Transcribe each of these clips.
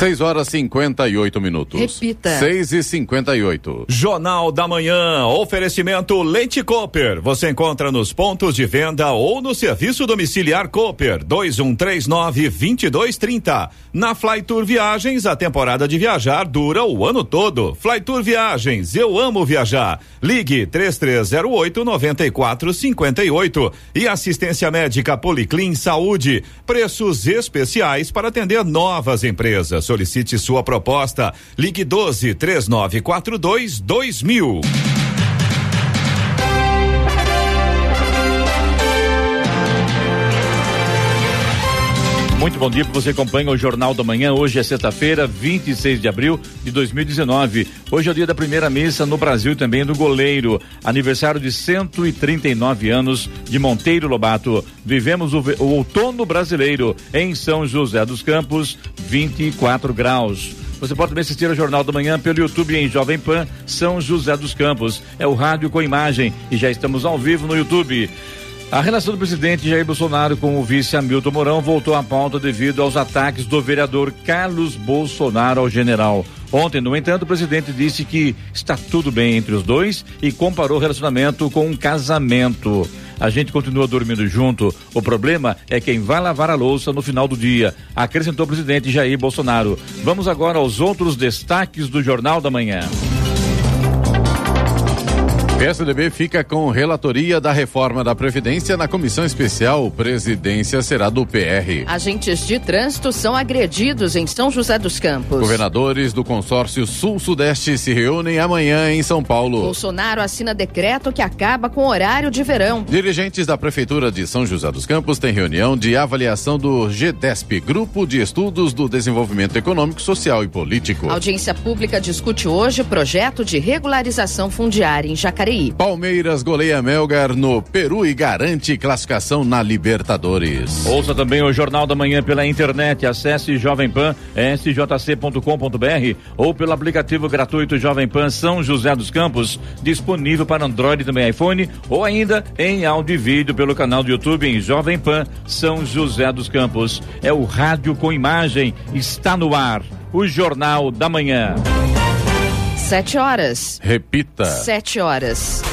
6:58. Repita. 6:58. Jornal da Manhã, oferecimento Leite Cooper. Você encontra nos pontos de venda ou no serviço domiciliar Cooper, 2139-2230. Na Flytour Viagens, a temporada de viajar dura o ano todo. Flytour Viagens, eu amo viajar. Ligue 3308-9458. E assistência médica Policlin Saúde. Preços especiais para atender novas empresas. Solicite sua proposta. Ligue 12-3942-2000. Muito bom dia para você que acompanha o Jornal da Manhã. Hoje é sexta-feira, 26 de abril de 2019. Hoje é o dia da primeira missa no Brasil e também do goleiro. Aniversário de 139 anos de Monteiro Lobato. Vivemos o outono brasileiro em São José dos Campos, 24 graus. Você pode também assistir ao Jornal da Manhã pelo YouTube em Jovem Pan São José dos Campos. É o rádio com imagem e já estamos ao vivo no YouTube. A relação do presidente Jair Bolsonaro com o vice Hamilton Mourão voltou à pauta devido aos ataques do vereador Carlos Bolsonaro ao general. Ontem, no entanto, o presidente disse que está tudo bem entre os dois e comparou o relacionamento com um casamento. A gente continua dormindo junto. O problema é quem vai lavar a louça no final do dia, acrescentou o presidente Jair Bolsonaro. Vamos agora aos outros destaques do Jornal da Manhã. PSDB fica com relatoria da reforma da Previdência na comissão especial. Presidência será do PR. Agentes de trânsito são agredidos em São José dos Campos. Governadores do consórcio Sul-Sudeste se reúnem amanhã em São Paulo. Bolsonaro assina decreto que acaba com o horário de verão. Dirigentes da Prefeitura de São José dos Campos têm reunião de avaliação do GDESP, Grupo de Estudos do Desenvolvimento Econômico, Social e Político. A audiência pública discute hoje projeto de regularização fundiária em Jacareí. Palmeiras goleia Melgar no Peru e garante classificação na Libertadores. Ouça também o Jornal da Manhã pela internet. Acesse Jovem Pan, sjc.com.br ou pelo aplicativo gratuito Jovem Pan São José dos Campos, disponível para Android e também iPhone, ou ainda em áudio e vídeo pelo canal do YouTube em Jovem Pan São José dos Campos. É o rádio com imagem, está no ar. O Jornal da Manhã. 7 horas. Repita. 7 horas.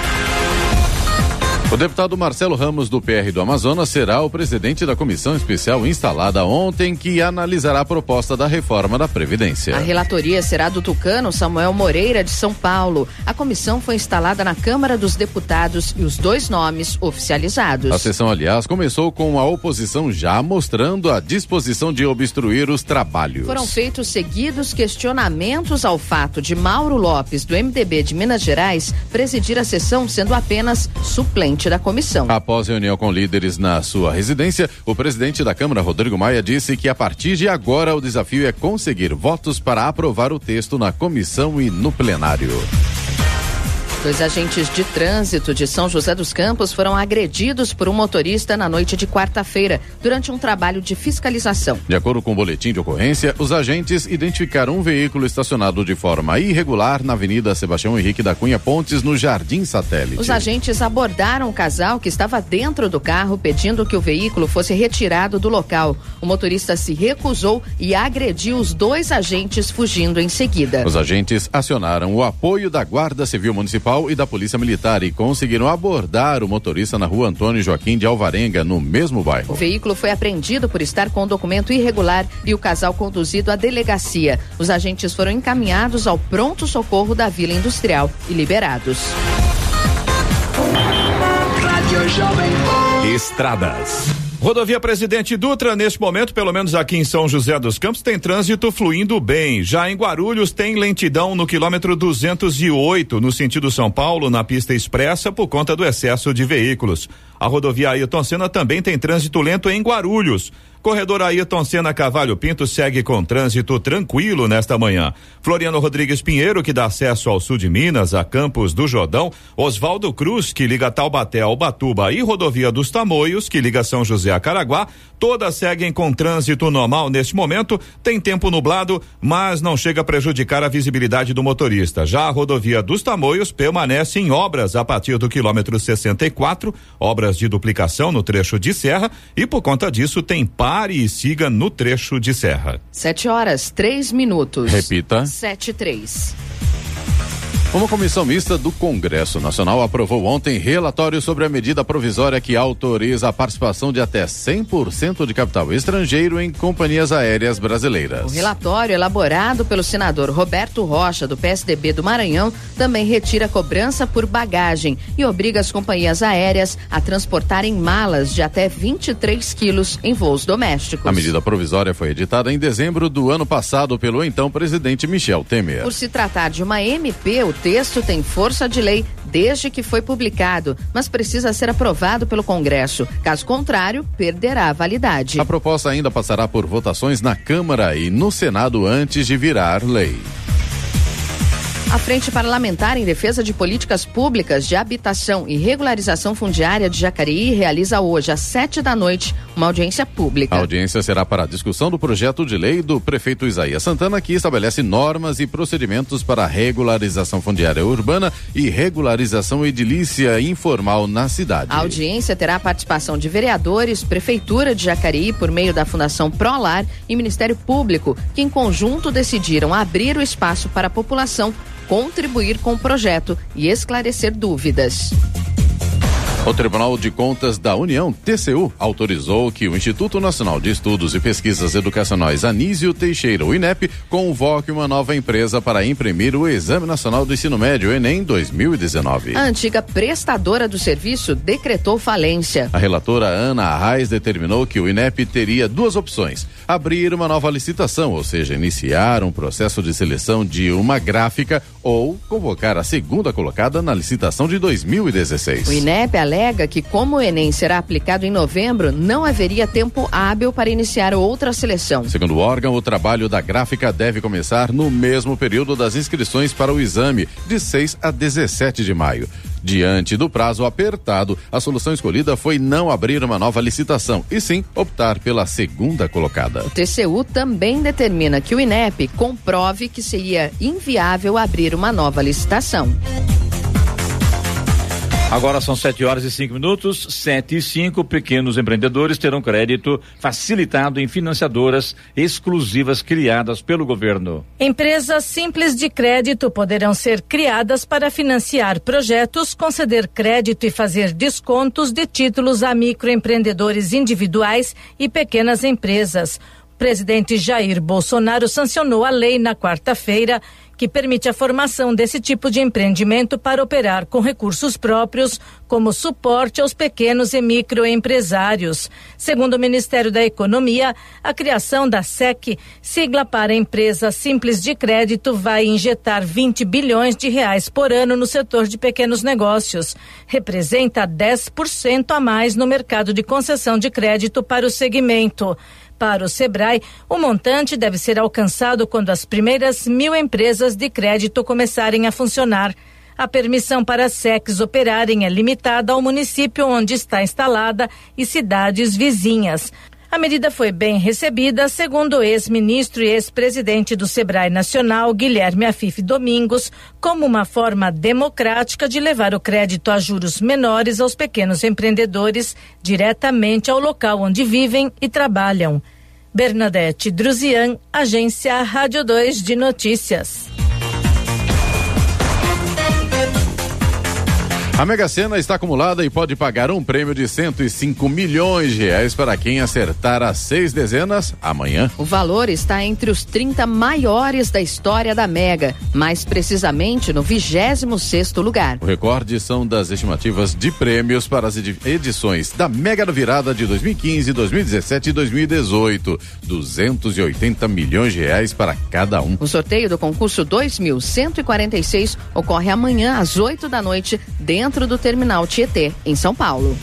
O deputado Marcelo Ramos, do PR do Amazonas, será o presidente da comissão especial instalada ontem que analisará a proposta da reforma da Previdência. A relatoria será do tucano Samuel Moreira, de São Paulo. A comissão foi instalada na Câmara dos Deputados e os 2 nomes oficializados. A sessão, aliás, começou com a oposição já mostrando a disposição de obstruir os trabalhos. Foram feitos seguidos questionamentos ao fato de Mauro Lopes, do MDB de Minas Gerais, presidir a sessão sendo apenas suplente da comissão. Após reunião com líderes na sua residência, o presidente da Câmara, Rodrigo Maia, disse que a partir de agora o desafio é conseguir votos para aprovar o texto na comissão e no plenário. 2 agentes de trânsito de São José dos Campos foram agredidos por um motorista na noite de quarta-feira, durante um trabalho de fiscalização. De acordo com o boletim de ocorrência, os agentes identificaram um veículo estacionado de forma irregular na Avenida Sebastião Henrique da Cunha Pontes, no Jardim Satélite. Os agentes abordaram o casal que estava dentro do carro, pedindo que o veículo fosse retirado do local. O motorista se recusou e agrediu os 2 agentes, fugindo em seguida. Os agentes acionaram o apoio da Guarda Civil Municipal e da Polícia Militar e conseguiram abordar o motorista na rua Antônio Joaquim de Alvarenga, no mesmo bairro. O veículo foi apreendido por estar com documento irregular e o casal conduzido à delegacia. Os agentes foram encaminhados ao pronto-socorro da Vila Industrial e liberados. Estradas. Rodovia Presidente Dutra, neste momento, pelo menos aqui em São José dos Campos, tem trânsito fluindo bem. Já em Guarulhos tem lentidão no quilômetro 208, no sentido São Paulo, na pista expressa, por conta do excesso de veículos. A rodovia Ayrton Senna também tem trânsito lento em Guarulhos. Corredor Ayrton Senna Cavalho Pinto segue com trânsito tranquilo nesta manhã. Floriano Rodrigues Pinheiro, que dá acesso ao sul de Minas, a Campos do Jordão. Oswaldo Cruz, que liga Taubaté ao Ubatuba, e Rodovia dos Tamoios, que liga São José a Caraguá. Todas seguem com trânsito normal neste momento. Tem tempo nublado, mas não chega a prejudicar a visibilidade do motorista. Já a Rodovia dos Tamoios permanece em obras a partir do quilômetro 64, obras de duplicação no trecho de serra, e por conta disso tem pare e siga no trecho de serra. 7h03. Repita. 7h03. Uma comissão mista do Congresso Nacional aprovou ontem relatório sobre a medida provisória que autoriza a participação de até 100% de capital estrangeiro em companhias aéreas brasileiras. O relatório, elaborado pelo senador Roberto Rocha, do PSDB do Maranhão, também retira a cobrança por bagagem e obriga as companhias aéreas a transportarem malas de até 23 quilos em voos domésticos. A medida provisória foi editada em dezembro do ano passado pelo então presidente Michel Temer. Por se tratar de uma MP, o texto tem força de lei desde que foi publicado, mas precisa ser aprovado pelo Congresso. Caso contrário, perderá a validade. A proposta ainda passará por votações na Câmara e no Senado antes de virar lei. A Frente Parlamentar em Defesa de Políticas Públicas de Habitação e Regularização Fundiária de Jacareí realiza hoje, às 19h, uma audiência pública. A audiência será para a discussão do projeto de lei do prefeito Isaías Santana, que estabelece normas e procedimentos para a regularização fundiária urbana e regularização edilícia informal na cidade. A audiência terá a participação de vereadores, Prefeitura de Jacareí, por meio da Fundação Prolar e Ministério Público, que em conjunto decidiram abrir o espaço para a população contribuir com o projeto e esclarecer dúvidas. O Tribunal de Contas da União, TCU, autorizou que o Instituto Nacional de Estudos e Pesquisas Educacionais Anísio Teixeira, o INEP, convoque uma nova empresa para imprimir o Exame Nacional do Ensino Médio, Enem 2019. A antiga prestadora do serviço decretou falência. A relatora Ana Arraes determinou que o INEP teria duas opções: abrir uma nova licitação, ou seja, iniciar um processo de seleção de uma gráfica, ou convocar a segunda colocada na licitação de 2016. O INEP alega que, como o Enem será aplicado em novembro, não haveria tempo hábil para iniciar outra seleção. Segundo o órgão, o trabalho da gráfica deve começar no mesmo período das inscrições para o exame, de 6 a 17 de maio. Diante do prazo apertado, a solução escolhida foi não abrir uma nova licitação, e sim optar pela segunda colocada. O TCU também determina que o INEP comprove que seria inviável abrir uma nova licitação. Agora são 7h05, 7h05. Pequenos empreendedores terão crédito facilitado em financiadoras exclusivas criadas pelo governo. Empresas simples de crédito poderão ser criadas para financiar projetos, conceder crédito e fazer descontos de títulos a microempreendedores individuais e pequenas empresas. O presidente Jair Bolsonaro sancionou a lei na quarta-feira, que permite a formação desse tipo de empreendimento para operar com recursos próprios, como suporte aos pequenos e microempresários. Segundo o Ministério da Economia, a criação da SEC, sigla para Empresa Simples de Crédito, vai injetar 20 bilhões de reais por ano no setor de pequenos negócios. Representa 10% a mais no mercado de concessão de crédito para o segmento. Para o Sebrae, o montante deve ser alcançado quando as primeiras 1.000 empresas de crédito começarem a funcionar. A permissão para as SECs operarem é limitada ao município onde está instalada e cidades vizinhas. A medida foi bem recebida, segundo o ex-ministro e ex-presidente do Sebrae Nacional, Guilherme Afif Domingos, como uma forma democrática de levar o crédito a juros menores aos pequenos empreendedores diretamente ao local onde vivem e trabalham. Bernadette Druzian, Agência Rádio 2 de Notícias. A Mega Sena está acumulada e pode pagar um prêmio de 105 milhões de reais para quem acertar as 6 dezenas amanhã. O valor está entre os 30 maiores da história da Mega, mais precisamente no 26º lugar. O recorde são das estimativas de prêmios para as edições da Mega da Virada de 2015, 2017 e 2018. 280 milhões de reais para cada um. O sorteio do concurso 2146 ocorre amanhã às 8h, dentro do Terminal Tietê, em São Paulo.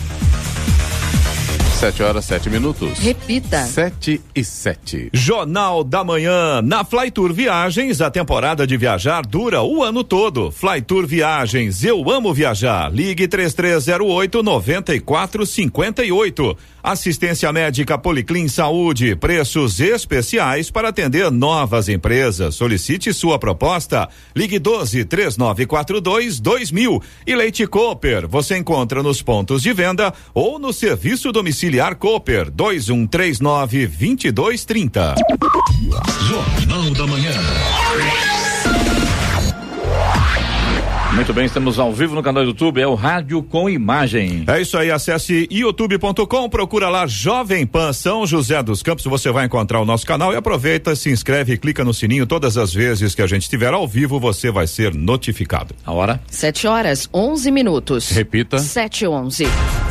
7h07. Repita. 7h07. Jornal da Manhã. Na Flytour Viagens, a temporada de viajar dura o ano todo. Flytour Viagens, eu amo viajar. Ligue 3308-9458. Assistência médica Policlin Saúde, preços especiais para atender novas empresas. Solicite sua proposta. Ligue 12-3942-2000. E Leite Cooper, você encontra nos pontos de venda ou no serviço domiciliar Imobiliar Cooper, 2139-2230. Jornal da Manhã. Muito bem, estamos ao vivo no canal do YouTube, é o Rádio com Imagem. É isso aí, acesse youtube.com, procura lá Jovem Pan São José dos Campos, você vai encontrar o nosso canal e aproveita, se inscreve e clica no sininho. Todas as vezes que a gente estiver ao vivo, você vai ser notificado. A hora? 7h11. Repita. 7h11.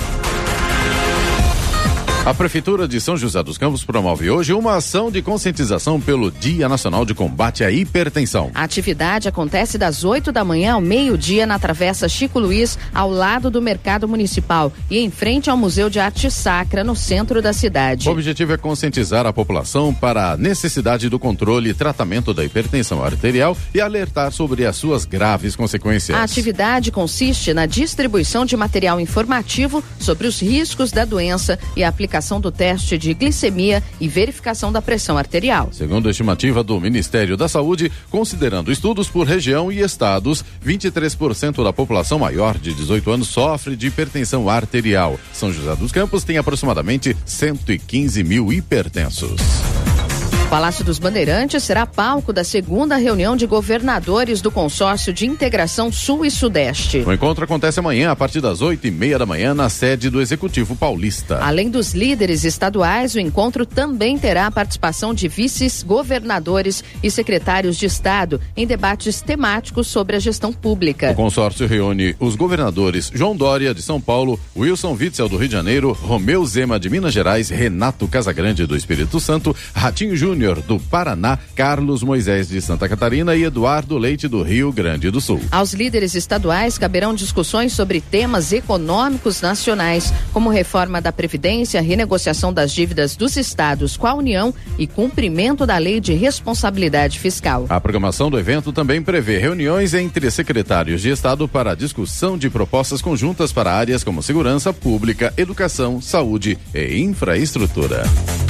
A Prefeitura de São José dos Campos promove hoje uma ação de conscientização pelo Dia Nacional de Combate à Hipertensão. A atividade acontece das 8 da manhã ao meio-dia na Travessa Chico Luiz, ao lado do Mercado Municipal e em frente ao Museu de Arte Sacra, no centro da cidade. O objetivo é conscientizar a população para a necessidade do controle e tratamento da hipertensão arterial e alertar sobre as suas graves consequências. A atividade consiste na distribuição de material informativo sobre os riscos da doença e a aplicação do teste de glicemia e verificação da pressão arterial. Segundo a estimativa do Ministério da Saúde, considerando estudos por região e estados, 23% da população maior de 18 anos sofre de hipertensão arterial. São José dos Campos tem aproximadamente 115 mil hipertensos. O Palácio dos Bandeirantes será palco da segunda reunião de governadores do Consórcio de Integração Sul e Sudeste. O encontro acontece amanhã a partir das 8h30 da manhã na sede do Executivo Paulista. Além dos líderes estaduais, o encontro também terá a participação de vices, governadores e secretários de Estado em debates temáticos sobre a gestão pública. O consórcio reúne os governadores João Dória, de São Paulo, Wilson Witzel, do Rio de Janeiro, Romeu Zema, de Minas Gerais, Renato Casagrande, do Espírito Santo, Ratinho Júnior, do Paraná, Carlos Moisés, de Santa Catarina e Eduardo Leite, do Rio Grande do Sul. Aos líderes estaduais caberão discussões sobre temas econômicos nacionais, como reforma da Previdência, renegociação das dívidas dos estados com a União e cumprimento da Lei de Responsabilidade Fiscal. A programação do evento também prevê reuniões entre secretários de Estado para a discussão de propostas conjuntas para áreas como segurança pública, educação, saúde e infraestrutura.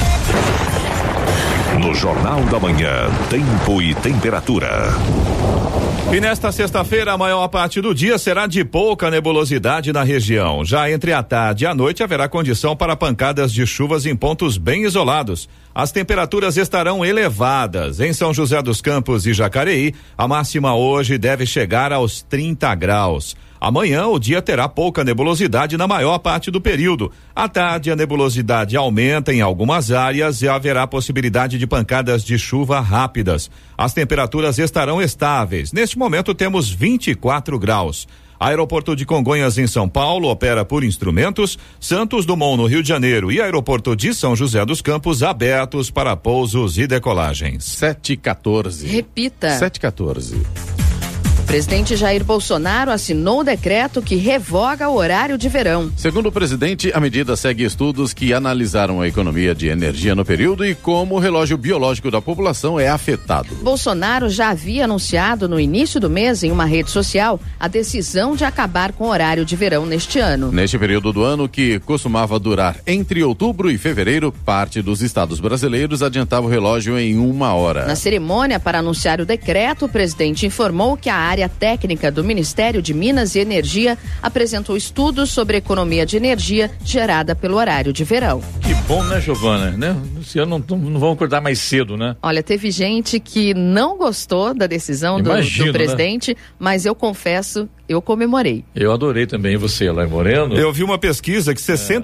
No Jornal da Manhã, tempo e temperatura. E nesta sexta-feira, a maior parte do dia será de pouca nebulosidade na região. Já entre a tarde e a noite haverá condição para pancadas de chuvas em pontos bem isolados. As temperaturas estarão elevadas. Em São José dos Campos e Jacareí, a máxima hoje deve chegar aos 30 graus. Amanhã o dia terá pouca nebulosidade na maior parte do período. À tarde a nebulosidade aumenta em algumas áreas e haverá possibilidade de pancadas de chuva rápidas. As temperaturas estarão estáveis. Neste momento temos 24 graus. Aeroporto de Congonhas em São Paulo opera por instrumentos, Santos Dumont no Rio de Janeiro e Aeroporto de São José dos Campos abertos para pousos e decolagens. 7h14. Repita. 7h14. O presidente Jair Bolsonaro assinou o decreto que revoga o horário de verão. Segundo o presidente, a medida segue estudos que analisaram a economia de energia no período e como o relógio biológico da população é afetado. Bolsonaro já havia anunciado no início do mês, em uma rede social, a decisão de acabar com o horário de verão neste ano. Neste período do ano, que costumava durar entre outubro e fevereiro, parte dos estados brasileiros adiantava o relógio em 1 hora. Na cerimônia para anunciar o decreto, o presidente informou que a área técnica do Ministério de Minas e Energia apresentou estudos sobre a economia de energia gerada pelo horário de verão. Que bom, né, Giovana? Né? Esse ano não vão acordar mais cedo, né? Olha, teve gente que não gostou da decisão do presidente, né? Mas eu confesso, eu comemorei. Eu adorei também você, Lai Moreno. Eu vi uma pesquisa que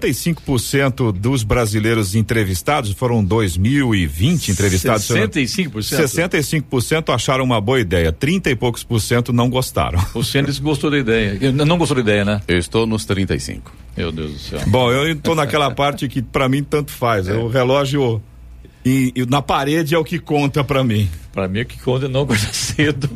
65% dos brasileiros entrevistados, foram 2020 entrevistados. 65%? 65% acharam uma boa ideia, 30 e poucos % não gostaram. O Sêndes gostou da ideia. Não gostou da ideia, né? Eu estou nos 35. Meu Deus do céu. Bom, eu estou naquela parte que pra mim tanto faz. O relógio e na parede é o que conta pra mim. Pra mim é que conta não acordar cedo.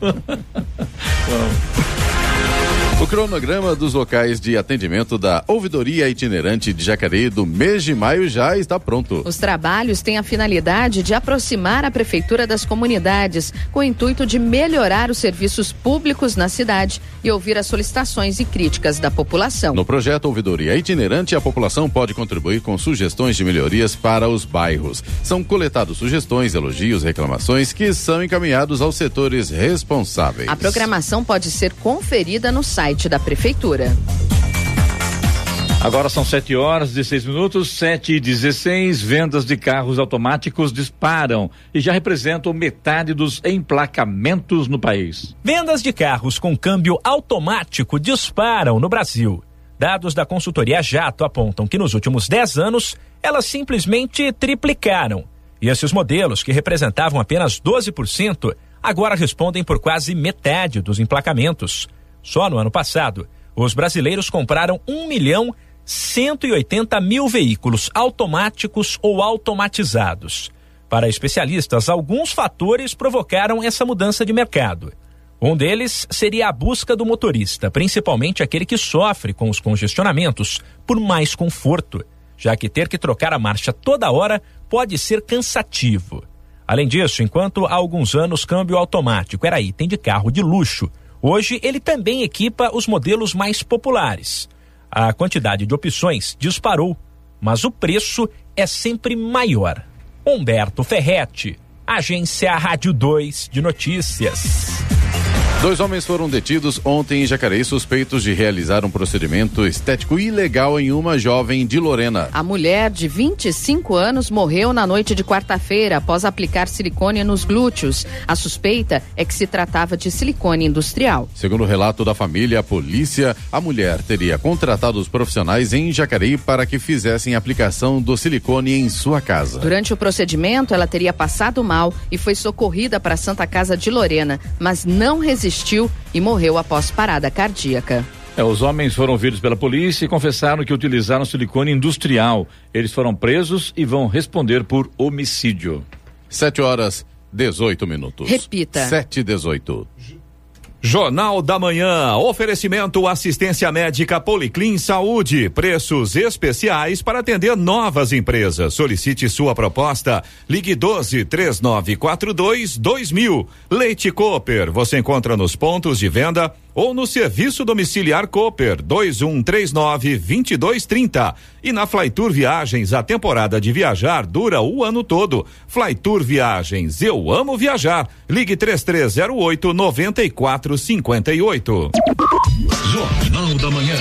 O cronograma dos locais de atendimento da Ouvidoria Itinerante de Jacareí do mês de maio já está pronto. Os trabalhos têm a finalidade de aproximar a prefeitura das comunidades, com o intuito de melhorar os serviços públicos na cidade e ouvir as solicitações e críticas da população. No projeto Ouvidoria Itinerante, a população pode contribuir com sugestões de melhorias para os bairros. São coletados sugestões, elogios, reclamações que são encaminhados aos setores responsáveis. A programação pode ser conferida no site da prefeitura. Agora são 7h16, 7h16, vendas de carros automáticos disparam e já representam metade dos emplacamentos no país. Vendas de carros com câmbio automático disparam no Brasil. Dados da consultoria Jato apontam que nos últimos 10 anos, elas simplesmente triplicaram. E esses modelos, que representavam apenas 12%, agora respondem por quase metade dos emplacamentos. Só no ano passado, os brasileiros compraram 1.180.000 veículos automáticos ou automatizados. Para especialistas, alguns fatores provocaram essa mudança de mercado. Um deles seria a busca do motorista, principalmente aquele que sofre com os congestionamentos, por mais conforto, já que ter que trocar a marcha toda hora pode ser cansativo. Além disso, enquanto há alguns anos câmbio automático era item de carro de luxo, hoje ele também equipa os modelos mais populares. A quantidade de opções disparou, mas o preço é sempre maior. Humberto Ferretti, Agência Rádio 2 de Notícias. 2 homens foram detidos ontem em Jacareí, suspeitos de realizar um procedimento estético ilegal em uma jovem de Lorena. A mulher de 25 anos morreu na noite de quarta-feira após aplicar silicone nos glúteos. A suspeita é que se tratava de silicone industrial. Segundo o relato da família, a polícia, a mulher teria contratado os profissionais em Jacareí para que fizessem a aplicação do silicone em sua casa. Durante o procedimento, ela teria passado mal e foi socorrida para a Santa Casa de Lorena, mas não resistiu e morreu após parada cardíaca. Os homens foram ouvidos pela polícia e confessaram que utilizaram silicone industrial. Eles foram presos e vão responder por homicídio. 7h18. Repita. 7h18. Jornal da Manhã, oferecimento assistência médica Policlin Saúde, preços especiais para atender novas empresas. Solicite sua proposta, ligue 12-3942-2000. Leite Cooper, você encontra nos pontos de venda ou no serviço domiciliar Cooper 2139-2230. E na Flytour Viagens, a temporada de viajar dura o ano todo. Flytour Viagens, eu amo viajar. Ligue 3308-9458. Jornal da Manhã.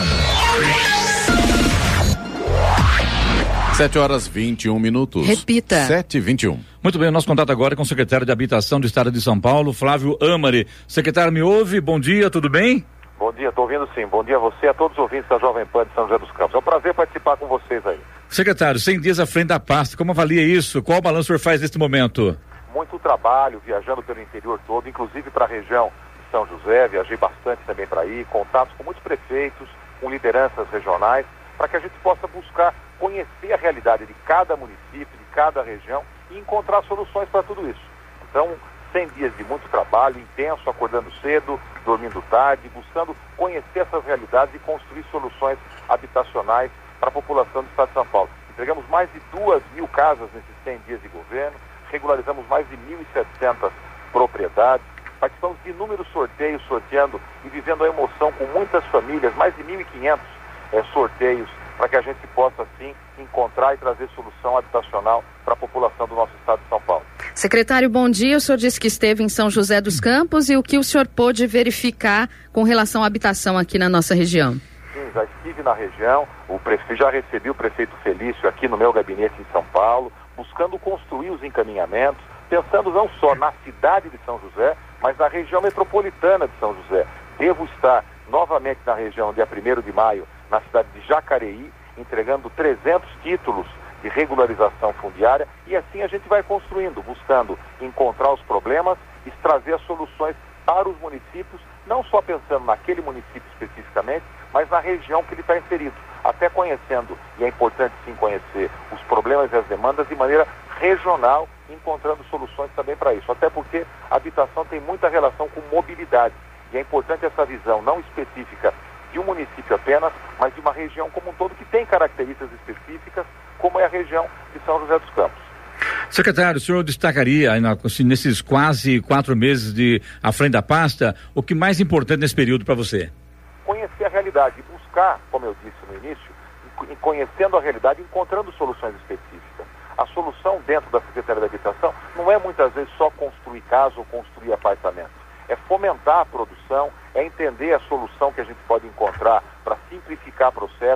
7h21. Repita. 7h21. Muito bem, o nosso contato agora é com o secretário de Habitação do Estado de São Paulo, Flávio Amari. Secretário, me ouve? Bom dia, tudo bem? Bom dia, estou ouvindo sim. Bom dia a você e a todos os ouvintes da Jovem Pan de São José dos Campos. É um prazer participar com vocês aí. Secretário, 100 dias à frente da pasta, como avalia isso? Qual balanço o senhor faz neste momento? Muito trabalho, viajando pelo interior todo, inclusive para a região de São José, viajei bastante também para aí, contatos com muitos prefeitos, com lideranças regionais, para que a gente possa buscar conhecer a realidade de cada município, de cada região e encontrar soluções para tudo isso. Então, 100 dias de muito trabalho, intenso, acordando cedo, dormindo tarde, buscando conhecer essas realidades e construir soluções habitacionais para a população do Estado de São Paulo. Entregamos mais de 2.000 casas nesses 100 dias de governo, regularizamos mais de 1.700 propriedades, participamos de inúmeros sorteios, sorteando e vivendo a emoção com muitas famílias, mais de 1.500 sorteios, para que a gente possa, assim, encontrar e trazer solução habitacional para a população do nosso Estado de São Paulo. Secretário, bom dia. O senhor disse que esteve em São José dos Campos e o que o senhor pôde verificar com relação à habitação aqui na nossa região? Sim, já estive na região, já recebi o prefeito Felício aqui no meu gabinete em São Paulo, buscando construir os encaminhamentos, pensando não só na cidade de São José, mas na região metropolitana de São José. Devo estar novamente na região, dia 1º de maio, na cidade de Jacareí, entregando 300 títulos de regularização fundiária, e assim a gente vai construindo, buscando encontrar os problemas e trazer as soluções para os municípios, não só pensando naquele município especificamente, mas na região que ele está inserido, até conhecendo, e é importante sim conhecer os problemas e as demandas de maneira regional, encontrando soluções também para isso, até porque a habitação tem muita relação com mobilidade, e é importante essa visão não específica de um município apenas, mas de uma região como um todo que tem características específicas, como é a região de São José dos Campos. Secretário, o senhor destacaria, nesses quase 4 meses à frente da pasta, o que mais importante nesse período para você? Conhecer a realidade e buscar, como eu disse no início, conhecendo a realidade, encontrando soluções específicas. A solução dentro da Secretaria da Habitação não é muitas vezes só construir casa ou construir apartamento. É fomentar a produção, é entender a solução que a gente pode encontrar para simplificar processos,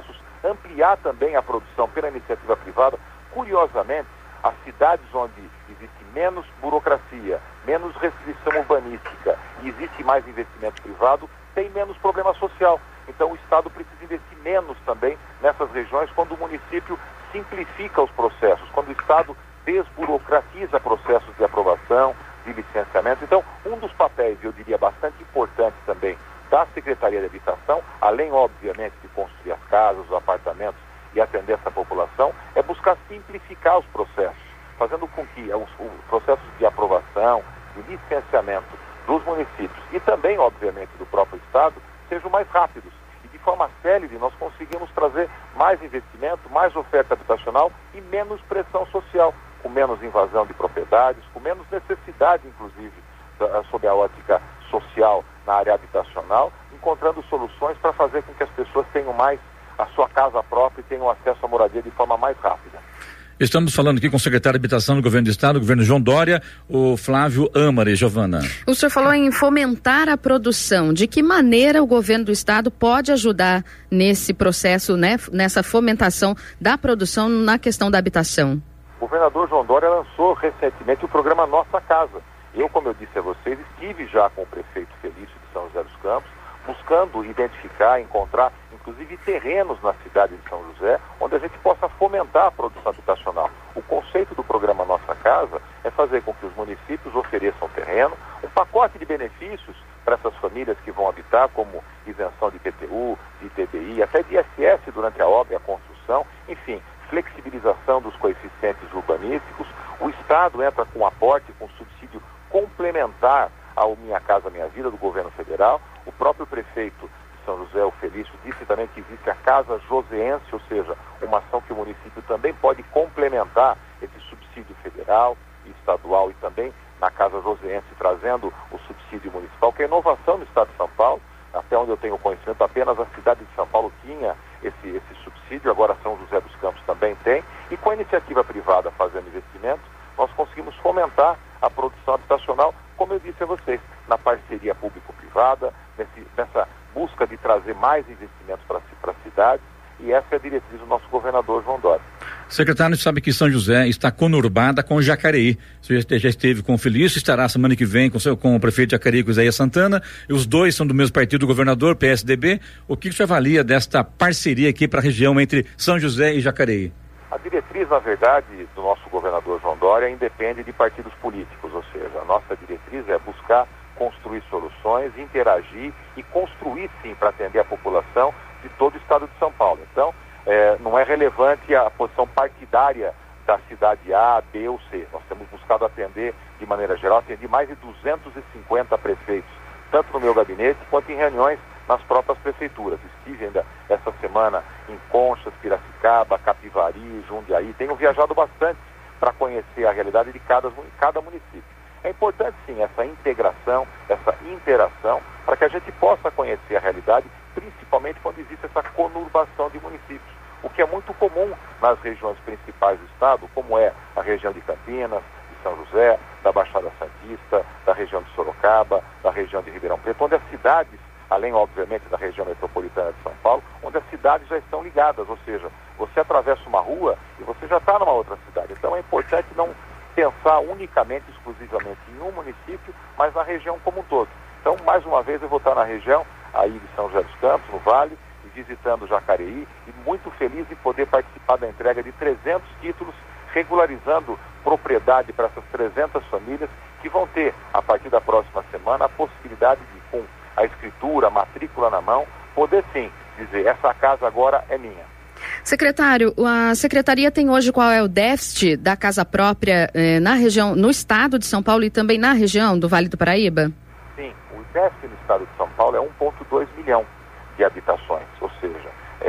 ampliar também a produção pela iniciativa privada. Curiosamente, as cidades onde existe menos burocracia, menos restrição urbanística e existe mais investimento privado, tem menos problema social. Então o Estado precisa investir menos também nessas regiões quando o município simplifica os processos, quando o Estado desburocratiza processos de aprovação, de licenciamento. Então, um dos papéis, eu diria, bastante importante também da Secretaria de Habitação, além, obviamente, de construir as casas, os apartamentos e atender essa população, é buscar simplificar os processos, fazendo com que os processos de aprovação, de licenciamento dos municípios e também, obviamente, do próprio Estado, sejam mais rápidos. E de forma célere nós conseguimos trazer mais investimento, mais oferta habitacional e menos pressão social, com menos invasão de propriedades, com menos necessidade, inclusive, sob a ótica social na área habitacional, encontrando soluções para fazer com que as pessoas tenham mais a sua casa própria e tenham acesso à moradia de forma mais rápida. Estamos falando aqui com o secretário de Habitação do Governo do Estado, o governo João Dória, o Flávio Amari. Giovana. O senhor falou em fomentar a produção. De que maneira o governo do Estado pode ajudar nesse processo, né, nessa fomentação da produção na questão da habitação? O governador João Dória lançou recentemente o programa Nossa Casa. Eu, como eu disse a vocês, estive já com o prefeito Felício de São José dos Campos, buscando identificar, encontrar, inclusive, terrenos na cidade de São José, onde a gente possa fomentar a produção habitacional. O conceito do programa Nossa Casa é fazer com que os municípios ofereçam terreno, um pacote de benefícios para essas famílias que vão habitar, como isenção de IPTU, de ITBI, até de ISS durante a obra e a construção, enfim, flexibilização dos coeficientes urbanísticos. O Estado entra com aporte, com subsídio complementar ao Minha Casa Minha Vida do governo federal. O próprio prefeito de São José, o Felício, disse também que existe a Casa Joseense, ou seja, uma ação que o município também pode complementar esse subsídio federal e estadual e também na Casa Joseense trazendo o subsídio municipal, que é inovação no estado de São Paulo. Até onde eu tenho conhecimento, apenas a cidade de São Paulo tinha esse subsídio, agora São José dos Campos também tem, e com a iniciativa privada fazendo investimentos, nós conseguimos fomentar a produção habitacional, como eu disse a vocês, na parceria público-privada, nessa busca de trazer mais investimentos para a cidade, e essa é a diretriz do nosso governador João Dória. Secretário, sabe que São José está conurbada com Jacareí. Você já esteve com o Felício, estará semana que vem com o prefeito de Jacareí, com Isaías Santana, e os dois são do mesmo partido do governador, PSDB. O que você avalia desta parceria aqui para a região entre São José e Jacareí? A diretriz, na verdade, do nosso governador João Dória independe de partidos políticos, ou seja, a nossa diretriz é buscar construir soluções, interagir e construir, sim, para atender a população de todo o estado de São Paulo. Então, não é relevante a posição partidária da cidade A, B ou C. Nós temos buscado atender, de maneira geral, atendi mais de 250 prefeitos, tanto no meu gabinete quanto em reuniões nas próprias prefeituras. Estive ainda essa semana em Conchas, Piracicaba, Capivari, Jundiaí. Tenho viajado bastante para conhecer a realidade de cada município. É importante, sim, essa integração, essa interação, para que a gente possa conhecer a realidade, principalmente quando existe essa conurbação de municípios, o que é muito comum nas regiões principais do estado, como é a região de Campinas, de São José, da Baixada Santista, da região de Sorocaba, da região de Ribeirão Preto, onde as cidades, além, obviamente, da região metropolitana de São Paulo, onde as cidades já estão ligadas, ou seja, você atravessa uma rua e você já está numa outra cidade. Então é importante não pensar unicamente, exclusivamente em um município, mas na região como um todo. Então, mais uma vez, eu vou estar na região aí de São José dos Campos, no Vale, e visitando Jacareí, e muito feliz de poder participar da entrega de 300 títulos, regularizando propriedade para essas 300 famílias que vão ter, a partir da próxima semana, a possibilidade de, com a escritura, a matrícula na mão, poder sim dizer, essa casa agora é minha. Secretário, a Secretaria tem hoje qual é o déficit da casa própria na região, no estado de São Paulo e também na região do Vale do Paraíba? Sim, o déficit no estado de São Paulo é 1,2 milhão de habitações, ou seja,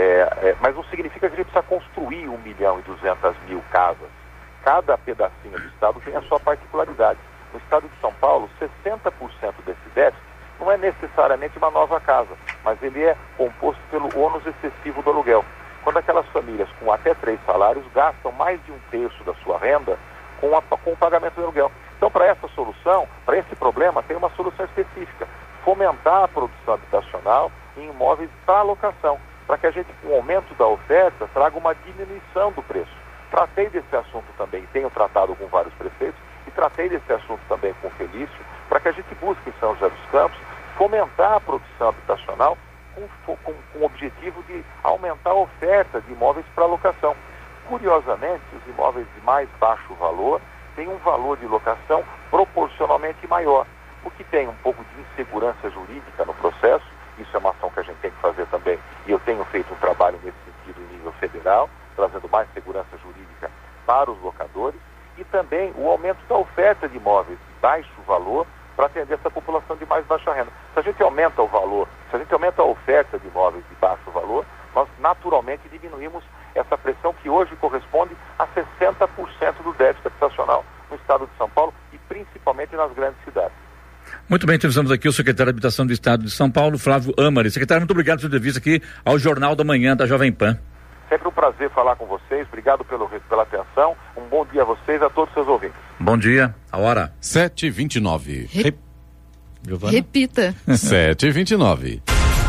mas não significa que a gente precisa construir 1.200.000 casas. Cada pedacinho do estado tem a sua particularidade. No estado de São Paulo, 60% desse déficit não é necessariamente uma nova casa, mas ele é composto pelo ônus excessivo do aluguel. Quando aquelas famílias com até 3 salários gastam mais de 1/3 da sua renda com o pagamento do aluguel. Então, para essa solução, para esse problema, tem uma solução específica: fomentar a produção habitacional em imóveis para alocação. para que a gente, com o aumento da oferta, traga uma diminuição do preço. Tratei desse assunto também, tenho tratado com vários prefeitos, e tratei desse assunto também com o Felício, para que a gente busque em São José dos Campos fomentar a produção habitacional com o objetivo de aumentar a oferta de imóveis para locação. Curiosamente, os imóveis de mais baixo valor têm um valor de locação proporcionalmente maior, o que tem um pouco de insegurança jurídica no processo. Isso é uma ação que a gente tem que fazer também, e eu tenho feito um trabalho nesse sentido em nível federal, trazendo mais segurança jurídica para os locadores, e também o aumento da oferta de imóveis de baixo valor para atender essa população de mais baixa renda. Se a gente aumenta o valor, se a gente aumenta a oferta de imóveis de baixo valor, nós naturalmente diminuímos essa pressão que hoje corresponde a 60% do déficit habitacional no estado de São Paulo e principalmente nas grandes cidades. Muito bem, temos aqui o secretário de Habitação do Estado de São Paulo, Flávio Amari. Secretário, muito obrigado pela entrevista aqui ao Jornal da Manhã da Jovem Pan. Sempre um prazer falar com vocês, obrigado pela atenção, um bom dia a vocês, a todos os seus ouvintes. Bom dia, a hora 7h29. Repita. 7h29.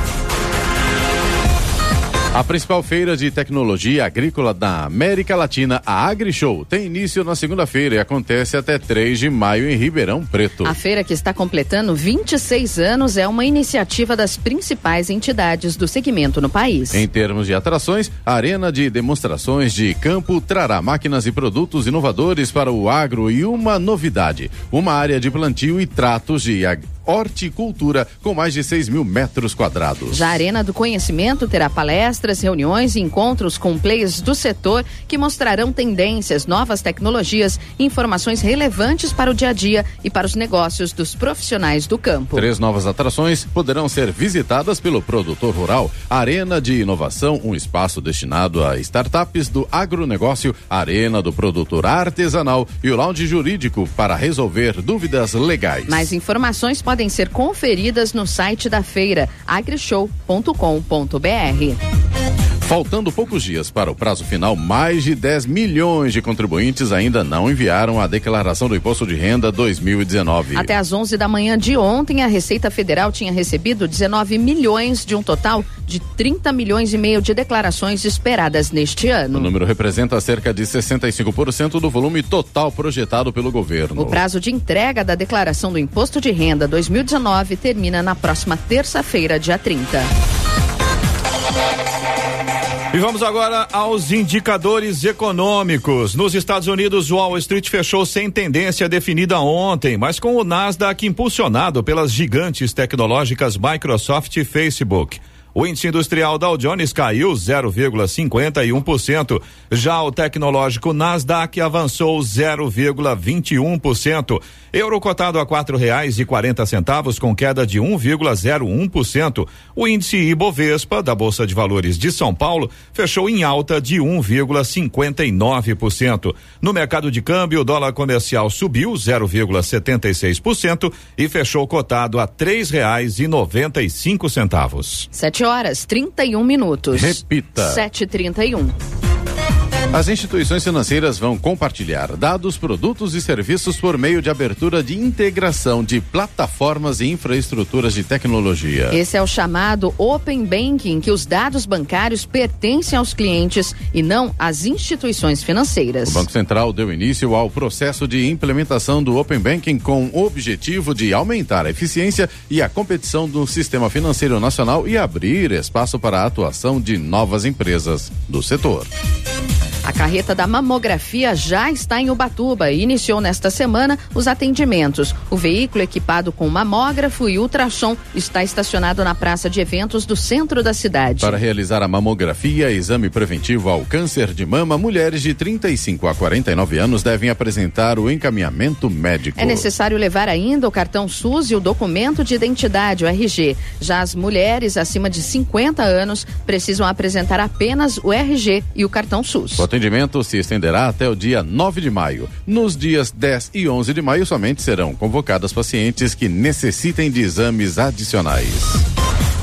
A principal feira de tecnologia agrícola da América Latina, a AgriShow, tem início na segunda-feira e acontece até 3 de maio em Ribeirão Preto. A feira, que está completando 26 anos, é uma iniciativa das principais entidades do segmento no país. Em termos de atrações, a arena de demonstrações de campo trará máquinas e produtos inovadores para o agro e uma novidade, uma área de plantio e tratos de horticultura com mais de 6 mil metros quadrados. Já a Arena do Conhecimento terá palestras, reuniões e encontros com players do setor que mostrarão tendências, novas tecnologias e informações relevantes para o dia a dia e para os negócios dos profissionais do campo. 3 novas atrações poderão ser visitadas pelo produtor rural: a Arena de Inovação, um espaço destinado a startups do agronegócio, a Arena do Produtor Artesanal e o Lounge Jurídico para resolver dúvidas legais. Mais informações podem ser conferidas no site da feira, agrishow.com.br. Faltando poucos dias para o prazo final, mais de 10 milhões de contribuintes ainda não enviaram a declaração do Imposto de Renda 2019. Até às 11 da manhã de ontem, a Receita Federal tinha recebido 19 milhões de um total de 30 milhões e meio de declarações esperadas neste ano. O número representa cerca de 65% do volume total projetado pelo governo. O prazo de entrega da declaração do Imposto de Renda 2019 termina na próxima terça-feira, dia 30. E vamos agora aos indicadores econômicos. Nos Estados Unidos, o Wall Street fechou sem tendência definida ontem, mas com o Nasdaq impulsionado pelas gigantes tecnológicas Microsoft e Facebook. O índice industrial Dow Jones caiu 0,51%. Já o tecnológico Nasdaq avançou 0,21%. Euro cotado a R$4,40 com queda de 1,01%. O índice Ibovespa da Bolsa de Valores de São Paulo fechou em alta de 1,59%. No mercado de câmbio, o dólar comercial subiu 0,76% e fechou cotado a R$3,95. 7h31. Repita. 7h31. As instituições financeiras vão compartilhar dados, produtos e serviços por meio de abertura de integração de plataformas e infraestruturas de tecnologia. Esse é o chamado Open Banking, que os dados bancários pertencem aos clientes e não às instituições financeiras. O Banco Central deu início ao processo de implementação do Open Banking com o objetivo de aumentar a eficiência e a competição do sistema financeiro nacional e abrir espaço para a atuação de novas empresas do setor. A carreta da mamografia já está em Ubatuba e iniciou nesta semana os atendimentos. O veículo, equipado com mamógrafo e ultrassom, está estacionado na praça de eventos do centro da cidade. Para realizar a mamografia, exame preventivo ao câncer de mama, mulheres de 35 a 49 anos devem apresentar o encaminhamento médico. É necessário levar ainda o cartão SUS e o documento de identidade, o RG. Já as mulheres acima de 50 anos precisam apresentar apenas o RG e o cartão SUS. O atendimento se estenderá até o dia 9 de maio. Nos dias 10 e 11 de maio, somente serão convocadas pacientes que necessitem de exames adicionais.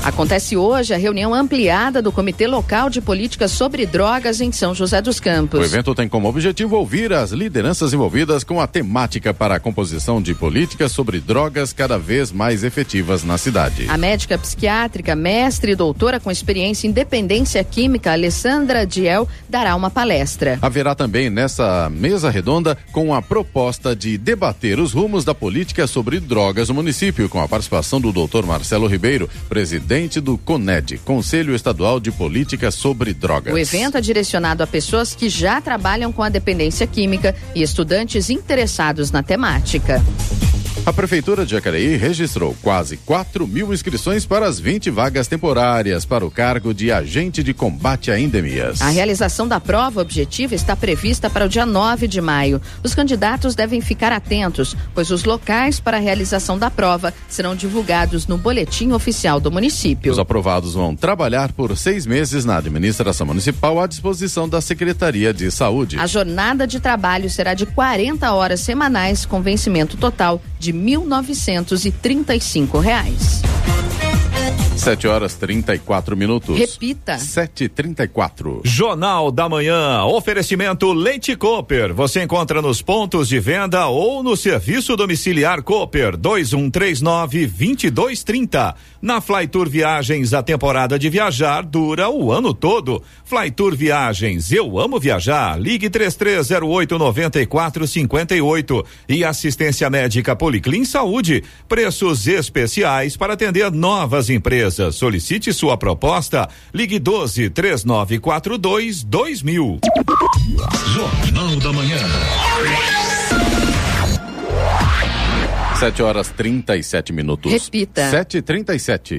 Acontece hoje a reunião ampliada do Comitê Local de Políticas sobre Drogas em São José dos Campos. O evento tem como objetivo ouvir as lideranças envolvidas com a temática para a composição de políticas sobre drogas cada vez mais efetivas na cidade. A médica psiquiátrica, mestre e doutora com experiência em dependência química, Alessandra Diel, dará uma palestra. Haverá também nessa mesa redonda com a proposta de debater os rumos da política sobre drogas no município, com a participação do Dr. Marcelo Ribeiro, presidente do CONED, Conselho Estadual de Política sobre Drogas. O evento é direcionado a pessoas que já trabalham com a dependência química e estudantes interessados na temática. A Prefeitura de Jacareí registrou quase 4.000 inscrições para as 20 vagas temporárias para o cargo de agente de combate a endemias. A realização da prova objetiva está prevista para o dia 9 de maio. Os candidatos devem ficar atentos, pois os locais para a realização da prova serão divulgados no boletim oficial do município. Os aprovados vão trabalhar por 6 meses na administração municipal à disposição da Secretaria de Saúde. A jornada de trabalho será de 40 horas semanais, com vencimento total de R$1.935. 7h34. Repita. 7h34. Jornal da Manhã. Oferecimento Leite Cooper. Você encontra nos pontos de venda ou no serviço domiciliar Cooper 2139-2230. Na Flytour Viagens, a temporada de viajar dura o ano todo. Flytour Viagens, eu amo viajar. Ligue 3308-9458. E assistência médica Policlin Saúde. Preços especiais para atender novas empresas. Solicite sua proposta. Ligue 12-3942-2000. Jornal da Manhã. 7h37. Repita. 7h37.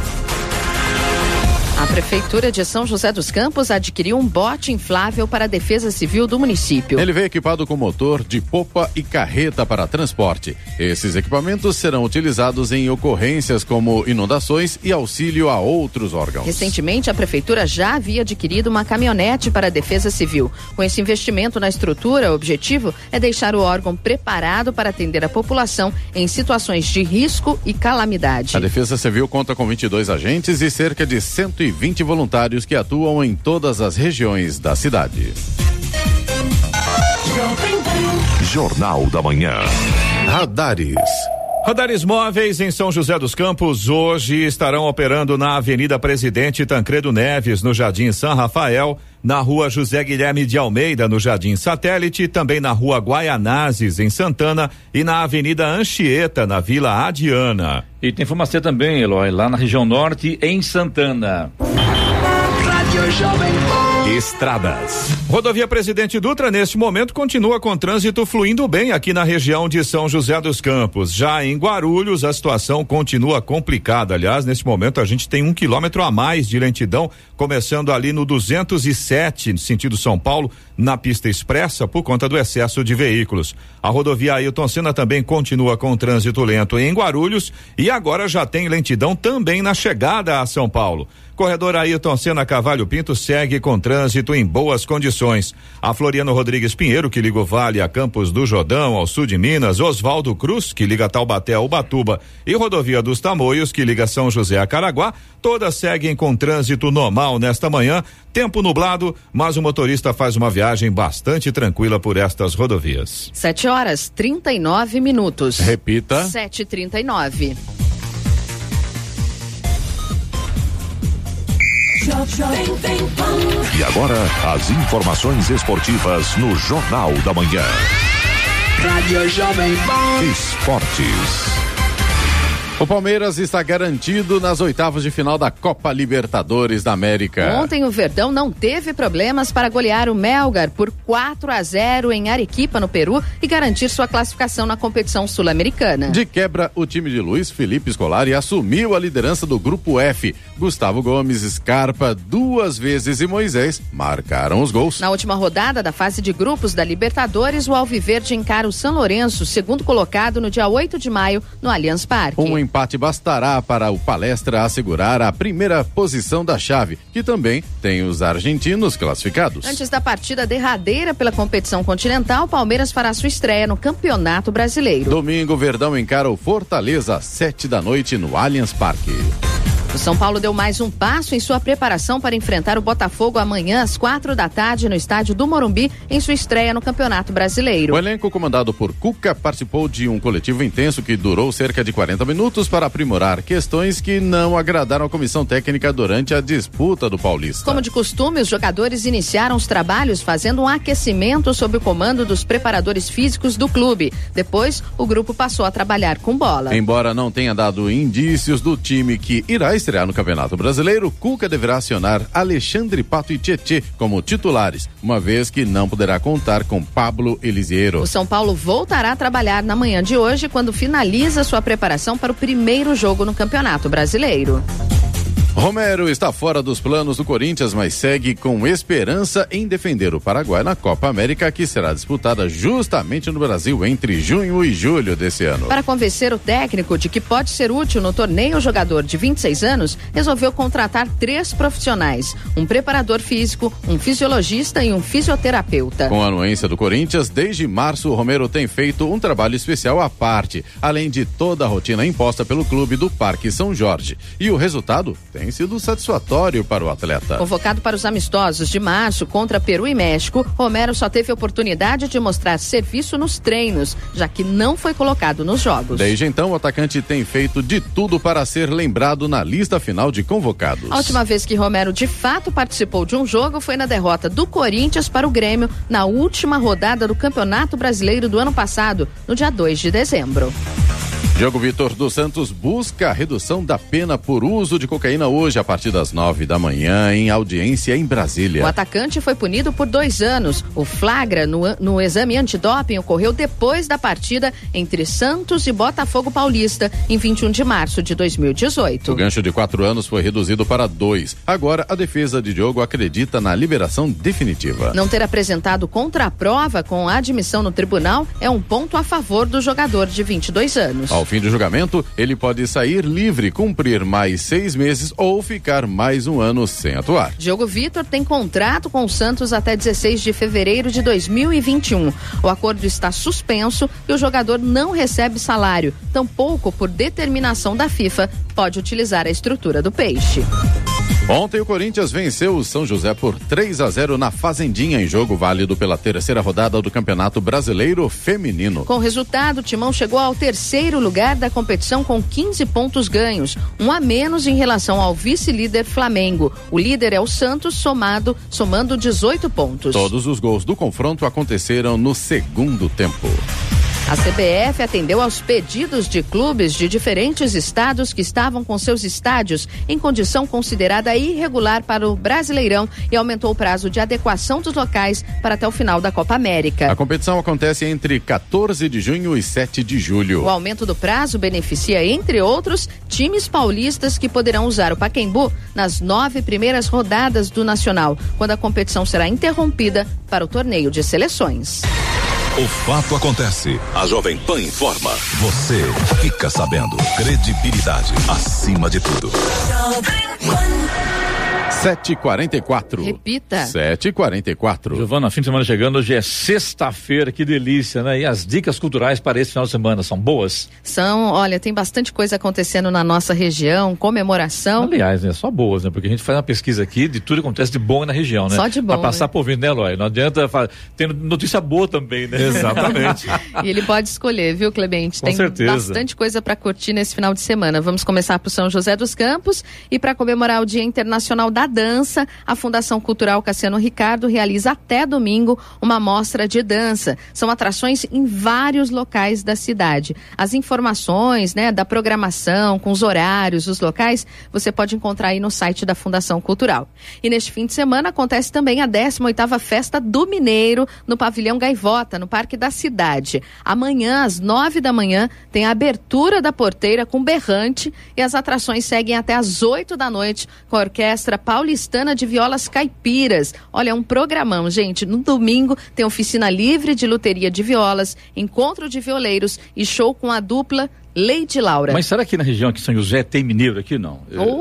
A Prefeitura de São José dos Campos adquiriu um bote inflável para a Defesa Civil do município. Ele veio equipado com motor de popa e carreta para transporte. Esses equipamentos serão utilizados em ocorrências como inundações e auxílio a outros órgãos. Recentemente, a Prefeitura já havia adquirido uma caminhonete para a Defesa Civil. Com esse investimento na estrutura, o objetivo é deixar o órgão preparado para atender a população em situações de risco e calamidade. A Defesa Civil conta com 22 agentes e cerca de 120 voluntários que atuam em todas as regiões da cidade. Jornal da Manhã. Radares. Radares móveis em São José dos Campos hoje estarão operando na Avenida Presidente Tancredo Neves, no Jardim São Rafael, na Rua José Guilherme de Almeida, no Jardim Satélite, também na Rua Guaianazes, em Santana, e na Avenida Anchieta, na Vila Adiana. E tem Fumacê também, Eloy, lá na região norte, em Santana. Estradas. Rodovia Presidente Dutra, neste momento, continua com trânsito fluindo bem aqui na região de São José dos Campos. Já em Guarulhos, a situação continua complicada. Aliás, neste momento, a gente tem 1 quilômetro a mais de lentidão, começando ali no 207, no sentido São Paulo, na pista expressa, por conta do excesso de veículos. A rodovia Ailton Senna também continua com trânsito lento em Guarulhos e agora já tem lentidão também na chegada a São Paulo. Corredor Ailton Senna Cavalho Pinto segue com trânsito em boas condições. A Floriano Rodrigues Pinheiro, que liga o Vale a Campos do Jordão, ao sul de Minas, Oswaldo Cruz, que liga Taubaté a Ubatuba, e Rodovia dos Tamoios, que liga São José a Caraguá, todas seguem com trânsito normal nesta manhã. Tempo nublado, mas o motorista faz uma viagem bastante tranquila por estas rodovias. 7h39. Repita. 7h39. E agora, as informações esportivas no Jornal da Manhã. Rádio Jovem Pan. Esportes. O Palmeiras está garantido nas oitavas de final da Copa Libertadores da América. Ontem o Verdão não teve problemas para golear o Melgar por 4-0 em Arequipa, no Peru, e garantir sua classificação na competição sul-americana. De quebra, o time de Luiz Felipe Scolari assumiu a liderança do Grupo F. Gustavo Gomes, Scarpa, 2 vezes e Moisés marcaram os gols. Na última rodada da fase de grupos da Libertadores, o Alviverde encara o São Lourenço, segundo colocado, no dia 8 de maio, no Allianz Parque. Um empate bastará para o Palestra assegurar a primeira posição da chave, que também tem os argentinos classificados. Antes da partida derradeira pela competição continental, o Palmeiras fará sua estreia no Campeonato Brasileiro. Domingo, o Verdão encara o Fortaleza às 7 da noite no Allianz Parque. O São Paulo deu mais um passo em sua preparação para enfrentar o Botafogo amanhã às 16h no estádio do Morumbi, em sua estreia no Campeonato Brasileiro. O elenco comandado por Cuca participou de um coletivo intenso que durou cerca de 40 minutos para aprimorar questões que não agradaram a comissão técnica durante a disputa do Paulista. Como de costume, os jogadores iniciaram os trabalhos fazendo um aquecimento sob o comando dos preparadores físicos do clube. Depois, o grupo passou a trabalhar com bola. Embora não tenha dado indícios do time que irá estrear no Campeonato Brasileiro, Cuca deverá acionar Alexandre Pato e Tietê como titulares, uma vez que não poderá contar com Pablo Elisiero. O São Paulo voltará a trabalhar na manhã de hoje, quando finaliza sua preparação para o primeiro jogo no Campeonato Brasileiro. Romero está fora dos planos do Corinthians, mas segue com esperança em defender o Paraguai na Copa América, que será disputada justamente no Brasil entre junho e julho desse ano. Para convencer o técnico de que pode ser útil no torneio, o jogador de 26 anos resolveu contratar 3 profissionais: um preparador físico, um fisiologista e um fisioterapeuta. Com a anuência do Corinthians, desde março, o Romero tem feito um trabalho especial à parte, além de toda a rotina imposta pelo clube do Parque São Jorge. E o resultado tem sido satisfatório para o atleta. Convocado para os amistosos de março contra Peru e México, Romero só teve oportunidade de mostrar serviço nos treinos, já que não foi colocado nos jogos. Desde então, o atacante tem feito de tudo para ser lembrado na lista final de convocados. A última vez que Romero de fato participou de um jogo foi na derrota do Corinthians para o Grêmio na última rodada do Campeonato Brasileiro do ano passado, no dia 2 de dezembro. Diogo Vitor dos Santos busca a redução da pena por uso de cocaína hoje a partir das 9 da manhã em audiência em Brasília. O atacante foi punido por 2 anos. O flagra no exame antidoping ocorreu depois da partida entre Santos e Botafogo Paulista em 21 de março de 2018. O gancho de 4 anos foi reduzido para 2. Agora a defesa de Diogo acredita na liberação definitiva. Não ter apresentado contraprova com a admissão no tribunal é um ponto a favor do jogador de 22 anos. Ao fim do julgamento, ele pode sair livre, cumprir mais 6 meses ou ficar mais 1 ano sem atuar. Diogo Vitor tem contrato com o Santos até 16 de fevereiro de 2021. O acordo está suspenso e o jogador não recebe salário. Tampouco, por determinação da FIFA, pode utilizar a estrutura do Peixe. Ontem o Corinthians venceu o São José por 3-0 na Fazendinha, em jogo válido pela 3ª rodada do Campeonato Brasileiro Feminino. Com o resultado, o Timão chegou ao 3º lugar da competição com 15 pontos ganhos, 1 a menos em relação ao vice-líder Flamengo. O líder é o Santos, somando 18 pontos. Todos os gols do confronto aconteceram no segundo tempo. A CBF atendeu aos pedidos de clubes de diferentes estados que estavam com seus estádios em condição considerada irregular para o Brasileirão e aumentou o prazo de adequação dos locais para até o final da Copa América. A competição acontece entre 14 de junho e 7 de julho. O aumento do prazo beneficia, entre outros, times paulistas que poderão usar o Pacaembu nas 9 primeiras rodadas do Nacional, quando a competição será interrompida para o torneio de seleções. O fato acontece. A Jovem Pan informa. Você fica sabendo. Credibilidade acima de tudo. 7h44. Repita. 7h44. Giovana, fim de semana chegando, hoje é sexta-feira, que delícia, né? E as dicas culturais para esse final de semana são boas? Olha, tem bastante coisa acontecendo na nossa região, comemoração. Aliás, né? Só boas, né? Porque a gente faz uma pesquisa aqui de tudo que acontece de bom na região, né? Só de bom, pra passar, né? Por vir, né, Eloy? Não adianta tem notícia boa também, né? Exatamente. E ele pode escolher, viu, Clemente? Com tem certeza. Bastante coisa para curtir nesse final de semana. Vamos começar por São José dos Campos e para comemorar o Dia Internacional da Dança, a Fundação Cultural Cassiano Ricardo realiza até domingo uma mostra de dança. São atrações em vários locais da cidade. As informações, né, da programação, com os horários, os locais, você pode encontrar aí no site da Fundação Cultural. E neste fim de semana acontece também a 18ª Festa do Mineiro no Pavilhão Gaivota, no Parque da Cidade. Amanhã, às 9 da manhã, tem a abertura da porteira com berrante e as atrações seguem até às 8 da noite com a Orquestra Paulistana de Violas Caipiras. Olha, é um programão, gente. No domingo tem oficina livre de luteria de violas, encontro de violeiros e show com a dupla Lady Laura. Mas será que na região aqui de São José tem mineiro aqui? Não.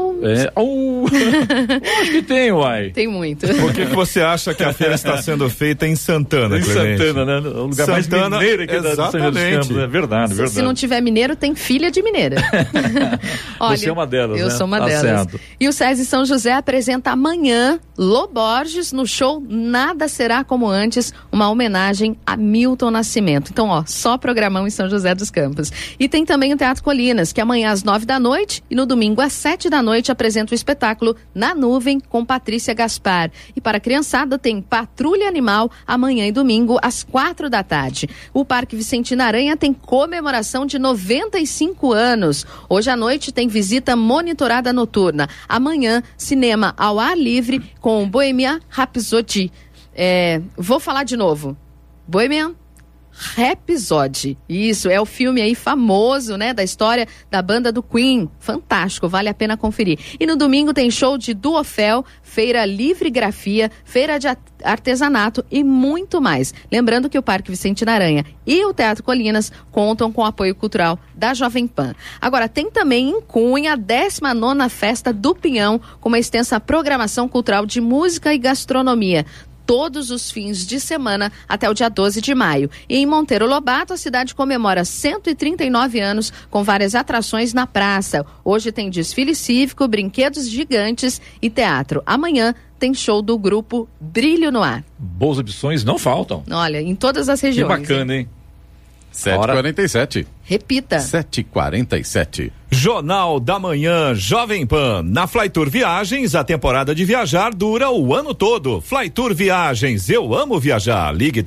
Acho que tem, uai. Tem muito. Por que você acha que a feira está sendo feita em Santana, Clemente? Santana, né? O lugar Santana, mais mineiro aqui da São José dos Campos. É verdade, verdade. Se não tiver mineiro, tem filha de mineira. Olha, você é uma delas, eu sou uma delas. Certo. E o SESI São José apresenta amanhã Lô Borges no show Nada Será Como Antes, uma homenagem a Milton Nascimento. Então, só programão em São José dos Campos. E tem também o Teatro Colinas, que amanhã às 9h e no domingo às 7h apresenta o espetáculo Na Nuvem com Patrícia Gaspar. E para a criançada tem Patrulha Animal amanhã e domingo às 4h. O Parque Vicentina Aranha tem comemoração de 95 anos. Hoje à noite tem visita monitorada noturna. Amanhã, cinema ao ar livre com Bohemian Rhapsody. Vou falar de novo. Bohemian Rhapsody. Isso, é o filme aí famoso, né, da história da banda do Queen. Fantástico, vale a pena conferir. E no domingo tem show de Duofel, feira livre-grafia, feira de artesanato e muito mais. Lembrando que o Parque Vicentina Aranha e o Teatro Colinas contam com o apoio cultural da Jovem Pan. Agora, tem também em Cunha a 19ª Festa do Pinhão, com uma extensa programação cultural de música e gastronomia. Todos os fins de semana até o dia 12 de maio. E em Monteiro Lobato, a cidade comemora 139 anos com várias atrações na praça. Hoje tem desfile cívico, brinquedos gigantes e teatro. Amanhã tem show do grupo Brilho no Ar. Boas opções não faltam. Olha, em todas as regiões. Que bacana, hein? 7h47. Repita. 7h47. Jornal da Manhã, Jovem Pan. Na Flytour Viagens, a temporada de viajar dura o ano todo. Flytour Viagens, eu amo viajar. Ligue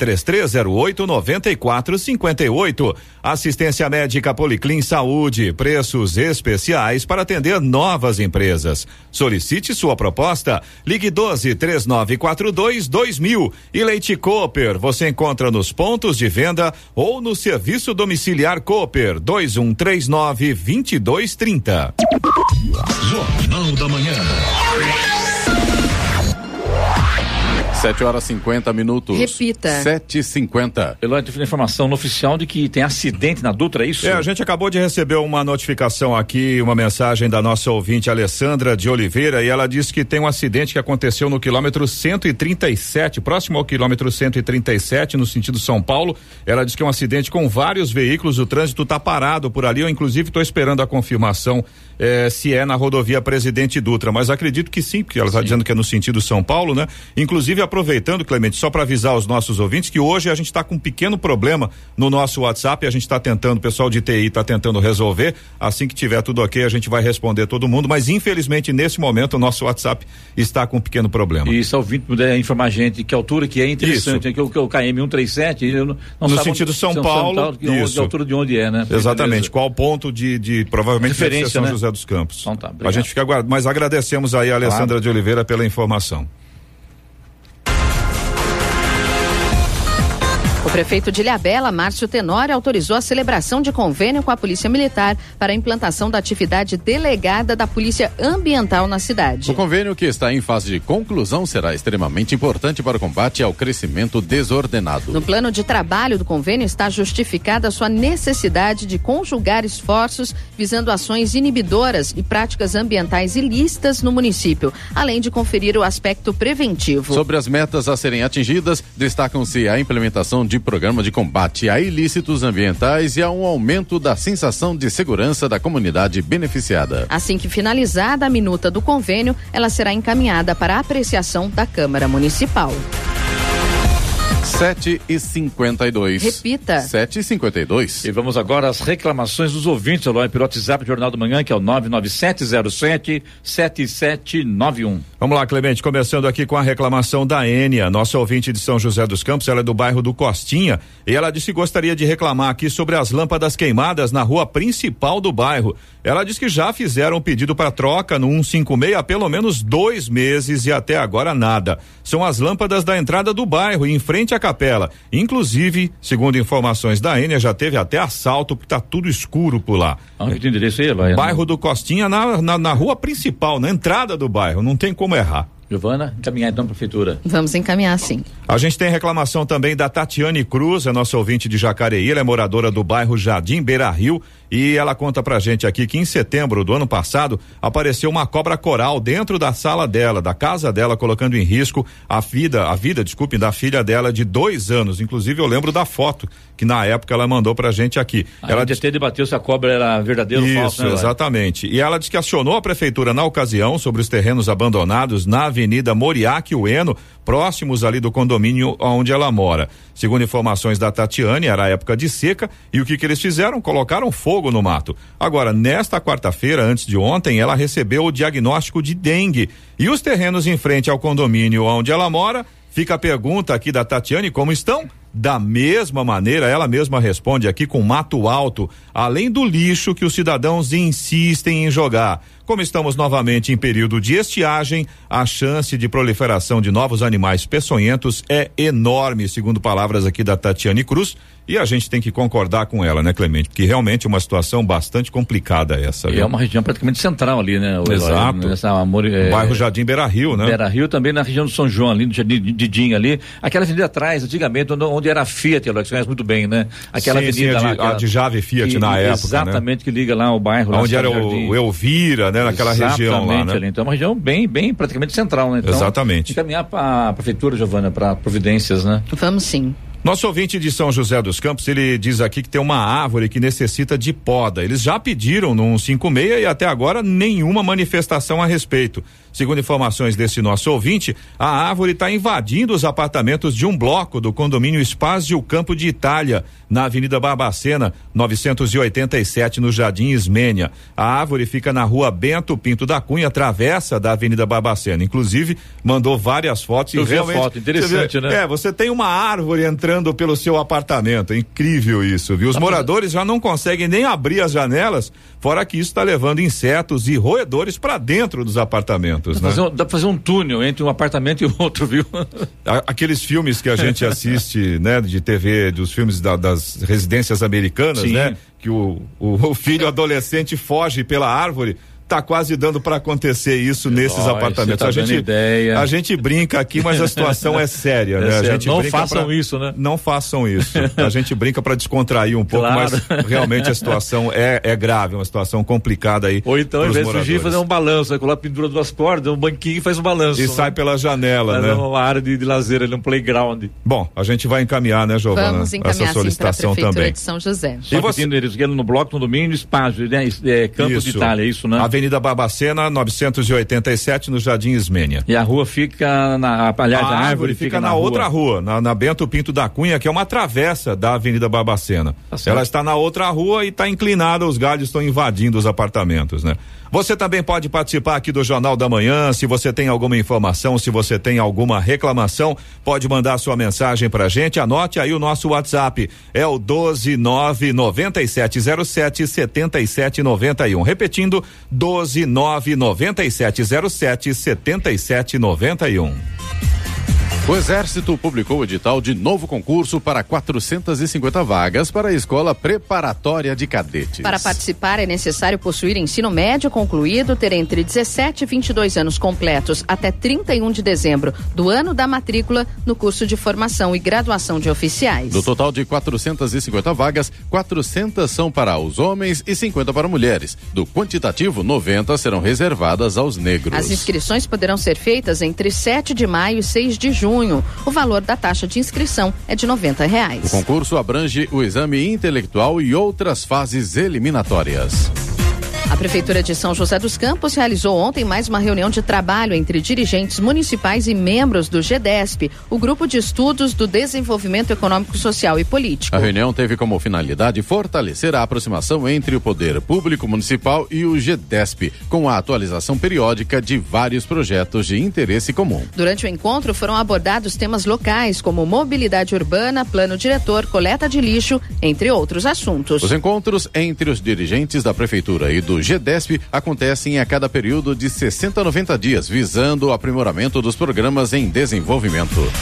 3308-9458. Assistência médica Policlin Saúde. Preços especiais para atender novas empresas. Solicite sua proposta. Ligue 12-3942-2000. E Leite Cooper, você encontra nos pontos de venda ou no serviço domiciliar Cooper 2139-2230. Jornal da Manhã. 7h50. Repita. 7h50. Eloy, teve informação no oficial de que tem acidente na Dutra, é isso? A gente acabou de receber uma notificação aqui, uma mensagem da nossa ouvinte Alessandra de Oliveira, e ela disse que tem um acidente que aconteceu no quilômetro 137, próximo ao quilômetro 137, no sentido São Paulo. Ela disse que é um acidente com vários veículos, o trânsito está parado por ali. Eu inclusive estou esperando a confirmação se é na rodovia Presidente Dutra, mas acredito que sim, porque ela está dizendo que é no sentido São Paulo, né? Inclusive, aproveitando, Clemente, só para avisar os nossos ouvintes que hoje a gente está com um pequeno problema no nosso WhatsApp, a gente está tentando, o pessoal de TI está tentando resolver. Assim que tiver tudo ok, a gente vai responder todo mundo, mas infelizmente nesse momento o nosso WhatsApp está com um pequeno problema. E se o ouvinte puder informar a gente que altura que é interessante, que o KM 137, não no sentido São Paulo, que altura de onde é, né? Exatamente, qual ponto de provavelmente referência, São né? José dos Campos. Então tá, a gente fica aguardando, mas agradecemos aí a Alessandra de Oliveira pela informação. O prefeito de Ilhabela, Márcio Tenório, autorizou a celebração de convênio com a Polícia Militar para a implantação da atividade delegada da Polícia Ambiental na cidade. O convênio, que está em fase de conclusão, será extremamente importante para o combate ao crescimento desordenado. No plano de trabalho do convênio está justificada a sua necessidade de conjugar esforços visando ações inibidoras e práticas ambientais ilícitas no município, além de conferir o aspecto preventivo. Sobre as metas a serem atingidas, destacam-se a implementação de programa de combate a ilícitos ambientais e a um aumento da sensação de segurança da comunidade beneficiada. Assim que finalizada a minuta do convênio, ela será encaminhada para a apreciação da Câmara Municipal. 7h52. Repita. 7h52. E vamos agora às reclamações dos ouvintes, Eloy, pelo WhatsApp do Jornal do Manhã, que é o 99707-7791. Vamos lá, Clemente, começando aqui com a reclamação da Ênia, nossa ouvinte de São José dos Campos. Ela é do bairro do Costinha e ela disse que gostaria de reclamar aqui sobre as lâmpadas queimadas na rua principal do bairro. Ela disse que já fizeram um pedido para troca no 156 há pelo menos 2 meses e até agora nada. São as lâmpadas da entrada do bairro, em frente à capela. Inclusive, segundo informações da Ênia, já teve até assalto, porque tá tudo escuro por lá. Onde tem endereço aí, Eloy? Bairro do Costinha, na rua principal, na entrada do bairro, não tem como errar. Giovana, encaminhar então a prefeitura. Vamos encaminhar, sim. A gente tem reclamação também da Tatiane Cruz, a nossa ouvinte de Jacareí, ela é moradora do bairro Jardim Beira Rio, E ela conta pra gente aqui que em setembro do ano passado apareceu uma cobra coral dentro da sala dela, da casa dela, colocando em risco a vida da filha dela de 2 anos. Inclusive eu lembro da foto que na época ela mandou pra gente aqui. Ela até debateu se a cobra era verdadeira ou falsa. Isso, exatamente. E ela diz que acionou a prefeitura na ocasião sobre os terrenos abandonados na Avenida Moriaque Ueno, próximos ali do condomínio onde ela mora. Segundo informações da Tatiane, era a época de seca e o que eles fizeram? Colocaram fogo no mato. Agora, nesta quarta-feira, antes de ontem, ela recebeu o diagnóstico de dengue. E os terrenos em frente ao condomínio onde ela mora, fica a pergunta aqui da Tatiane, como estão? Da mesma maneira, ela mesma responde aqui com mato alto, além do lixo que os cidadãos insistem em jogar. Como estamos novamente em período de estiagem, a chance de proliferação de novos animais peçonhentos é enorme, segundo palavras aqui da Tatiane Cruz, e a gente tem que concordar com ela, né, Clemente? Porque realmente é uma situação bastante complicada essa. E é uma região praticamente central ali, né? Exato. Bairro Jardim Beira Rio, né? Beira Rio também na região do São João, ali no Jardim Didim ali, aquela avenida atrás, antigamente, onde era a Fiat, você conhece muito bem, né? Aquela avenida lá. A de Jave Fiat na época, exatamente, né? Que liga lá o bairro. Lá onde era o Elvira, né? Naquela região lá, né? Ali. Então é uma região bem praticamente central, né? Então, exatamente. Encaminhar para a prefeitura, Giovana, para providências, né? Vamos sim. Nosso ouvinte de São José dos Campos, ele diz aqui que tem uma árvore que necessita de poda. Eles já pediram no 156 e até agora nenhuma manifestação a respeito. Segundo informações desse nosso ouvinte, a árvore está invadindo os apartamentos de um bloco do condomínio Spazio Campo de Itália, na Avenida Barbacena, 987, no Jardim Ismênia. A árvore fica na rua Bento Pinto da Cunha, travessa da Avenida Barbacena. Inclusive, mandou várias fotos. Eu vi a foto, interessante, né? Você tem uma árvore entrando pelo seu apartamento. É incrível isso, viu? Os moradores já não conseguem nem abrir as janelas, fora que isso está levando insetos e roedores para dentro dos apartamentos. Dá pra fazer um túnel entre um apartamento e outro, viu? Aqueles filmes que a gente assiste, né, de TV, dos filmes das residências americanas, sim, né? Que o filho adolescente foge pela árvore. Tá quase dando para acontecer isso nesses apartamentos. Tá a gente brinca aqui, mas a situação é séria, né? A gente não façam isso, né? Não façam isso. A gente brinca para descontrair um pouco, claro, mas realmente a situação é grave, uma situação complicada aí. Ou então, ao invés de fugir, fazer um balanço, coloca pendura 2 cordas, um banquinho e faz um balanço. E sai pela janela, né? Uma área de lazer ali, um playground. Bom, a gente vai encaminhar, né, Giovana? Vamos encaminhar, essa solicitação sim, pra também. De São José. E você no bloco, no domínio, Spazio, né? Campo de Itália, isso, né? Avenida Barbacena, 987, no Jardim Ismênia. E a rua fica aliás, a árvore fica na outra rua, na Bento Pinto da Cunha, que é uma travessa da Avenida Barbacena. Ela está na outra rua e está inclinada, os galhos estão invadindo os apartamentos, né? Você também pode participar aqui do Jornal da Manhã. Se você tem alguma informação, se você tem alguma reclamação, pode mandar sua mensagem pra gente. Anote aí o nosso WhatsApp, é o 12997077791. Repetindo, 12997077791. O Exército publicou o edital de novo concurso para 450 vagas para a Escola Preparatória de Cadetes. Para participar é necessário possuir ensino médio concluído, ter entre 17 e 22 anos completos até 31 de dezembro do ano da matrícula no curso de formação e graduação de oficiais. Do total de 450 vagas, 400 são para os homens e 50 para mulheres. Do quantitativo, 90 serão reservadas aos negros. As inscrições poderão ser feitas entre 7 de maio e 6 de junho. O valor da taxa de inscrição é de R$90. O concurso abrange o exame intelectual e outras fases eliminatórias. A Prefeitura de São José dos Campos realizou ontem mais uma reunião de trabalho entre dirigentes municipais e membros do GDESP, o Grupo de Estudos do Desenvolvimento Econômico, Social e Político. A reunião teve como finalidade fortalecer a aproximação entre o Poder Público Municipal e o GDESP, com a atualização periódica de vários projetos de interesse comum. Durante o encontro foram abordados temas locais como mobilidade urbana, plano diretor, coleta de lixo, entre outros assuntos. Os encontros entre os dirigentes da Prefeitura e do GDESP acontecem a cada período de 60 a 90 dias, visando o aprimoramento dos programas em desenvolvimento.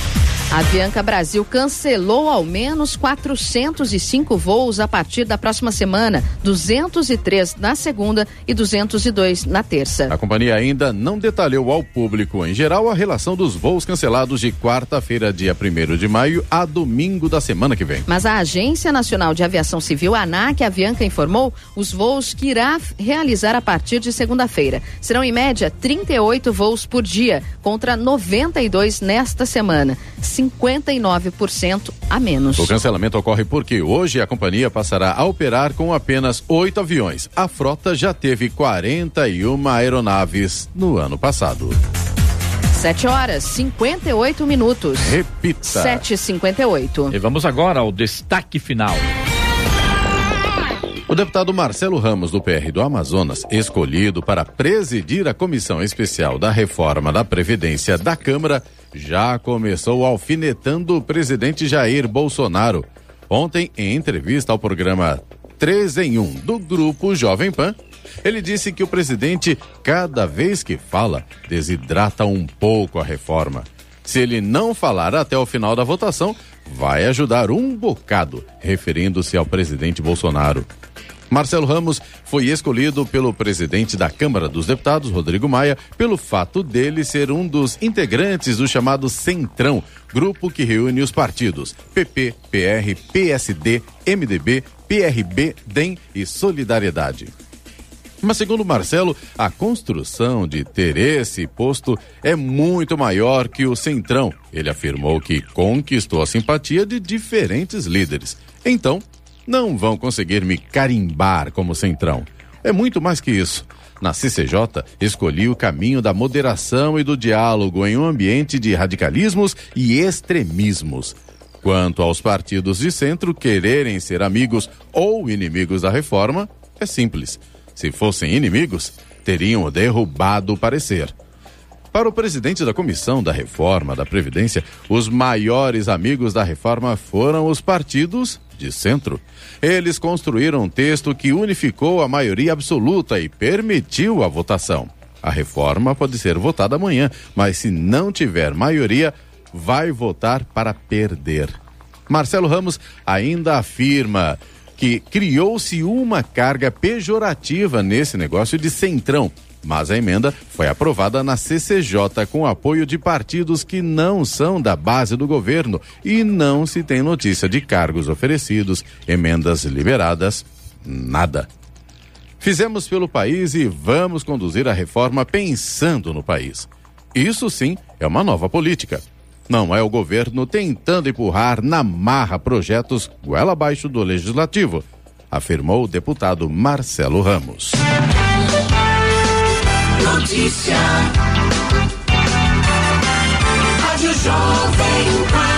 A Avianca Brasil cancelou ao menos 405 voos a partir da próxima semana, 203 na segunda e 202 na terça. A companhia ainda não detalhou ao público, em geral, a relação dos voos cancelados de quarta-feira, dia 1º de maio, a domingo da semana que vem. Mas a Agência Nacional de Aviação Civil, ANAC, Avianca informou os voos que irá realizar a partir de segunda-feira. Serão, em média, 38 voos por dia, contra 92 nesta semana. 59% a menos. O cancelamento ocorre porque hoje a companhia passará a operar com apenas 8 aviões. A frota já teve 41 aeronaves no ano passado. 7h58. Repita. 7h58. E vamos agora ao destaque final. O deputado Marcelo Ramos, do PR do Amazonas, escolhido para presidir a Comissão Especial da Reforma da Previdência da Câmara, já começou alfinetando o presidente Jair Bolsonaro. Ontem, em entrevista ao programa 3 em 1 do Grupo Jovem Pan, ele disse que o presidente, cada vez que fala, desidrata um pouco a reforma. Se ele não falar até o final da votação, vai ajudar um bocado, referindo-se ao presidente Bolsonaro. Marcelo Ramos foi escolhido pelo presidente da Câmara dos Deputados, Rodrigo Maia, pelo fato dele ser um dos integrantes do chamado Centrão, grupo que reúne os partidos PP, PR, PSD, MDB, PRB, DEM e Solidariedade. Mas, segundo Marcelo, a construção de ter esse posto é muito maior que o Centrão. Ele afirmou que conquistou a simpatia de diferentes líderes. Então, não vão conseguir me carimbar como Centrão. É muito mais que isso. Na CCJ, escolhi o caminho da moderação e do diálogo em um ambiente de radicalismos e extremismos. Quanto aos partidos de centro quererem ser amigos ou inimigos da reforma, é simples. Se fossem inimigos, teriam derrubado o parecer. Para o presidente da Comissão da Reforma da Previdência, os maiores amigos da reforma foram os partidos de centro. Eles construíram um texto que unificou a maioria absoluta e permitiu a votação. A reforma pode ser votada amanhã, mas se não tiver maioria, vai votar para perder. Marcelo Ramos ainda afirma que criou-se uma carga pejorativa nesse negócio de centrão, mas a emenda foi aprovada na CCJ com apoio de partidos que não são da base do governo e não se tem notícia de cargos oferecidos, emendas liberadas, nada. Fizemos pelo país e vamos conduzir a reforma pensando no país. Isso sim é uma nova política. Não é o governo tentando empurrar na marra projetos goela abaixo do Legislativo, afirmou o deputado Marcelo Ramos. Notícia. Rádio Jovem Pan.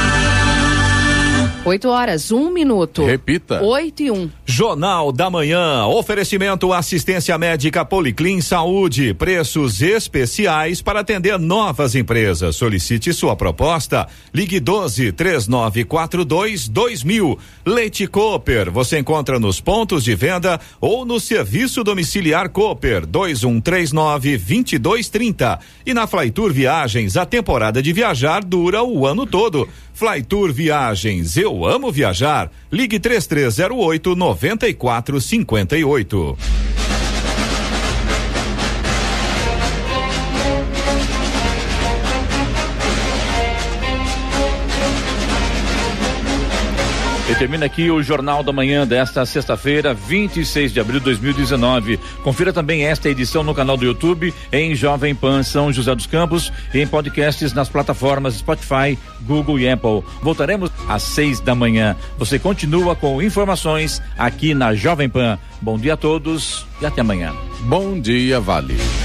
8h01. Repita. 8h01. Jornal da Manhã. Oferecimento assistência médica Policlin Saúde. Preços especiais para atender novas empresas. Solicite sua proposta. Ligue 12-3942-2000. Leite Cooper. Você encontra nos pontos de venda ou no serviço domiciliar Cooper 2139-2230. E na Flytour Viagens, a temporada de viajar dura o ano todo. Flytour Viagens, eu amo viajar. Ligue 3308-9458. E termina aqui o Jornal da Manhã desta sexta-feira, 26 de abril de 2019. Confira também esta edição no canal do YouTube, em Jovem Pan São José dos Campos e em podcasts nas plataformas Spotify, Google e Apple. Voltaremos às 6 da manhã. Você continua com informações aqui na Jovem Pan. Bom dia a todos e até amanhã. Bom dia, Vale.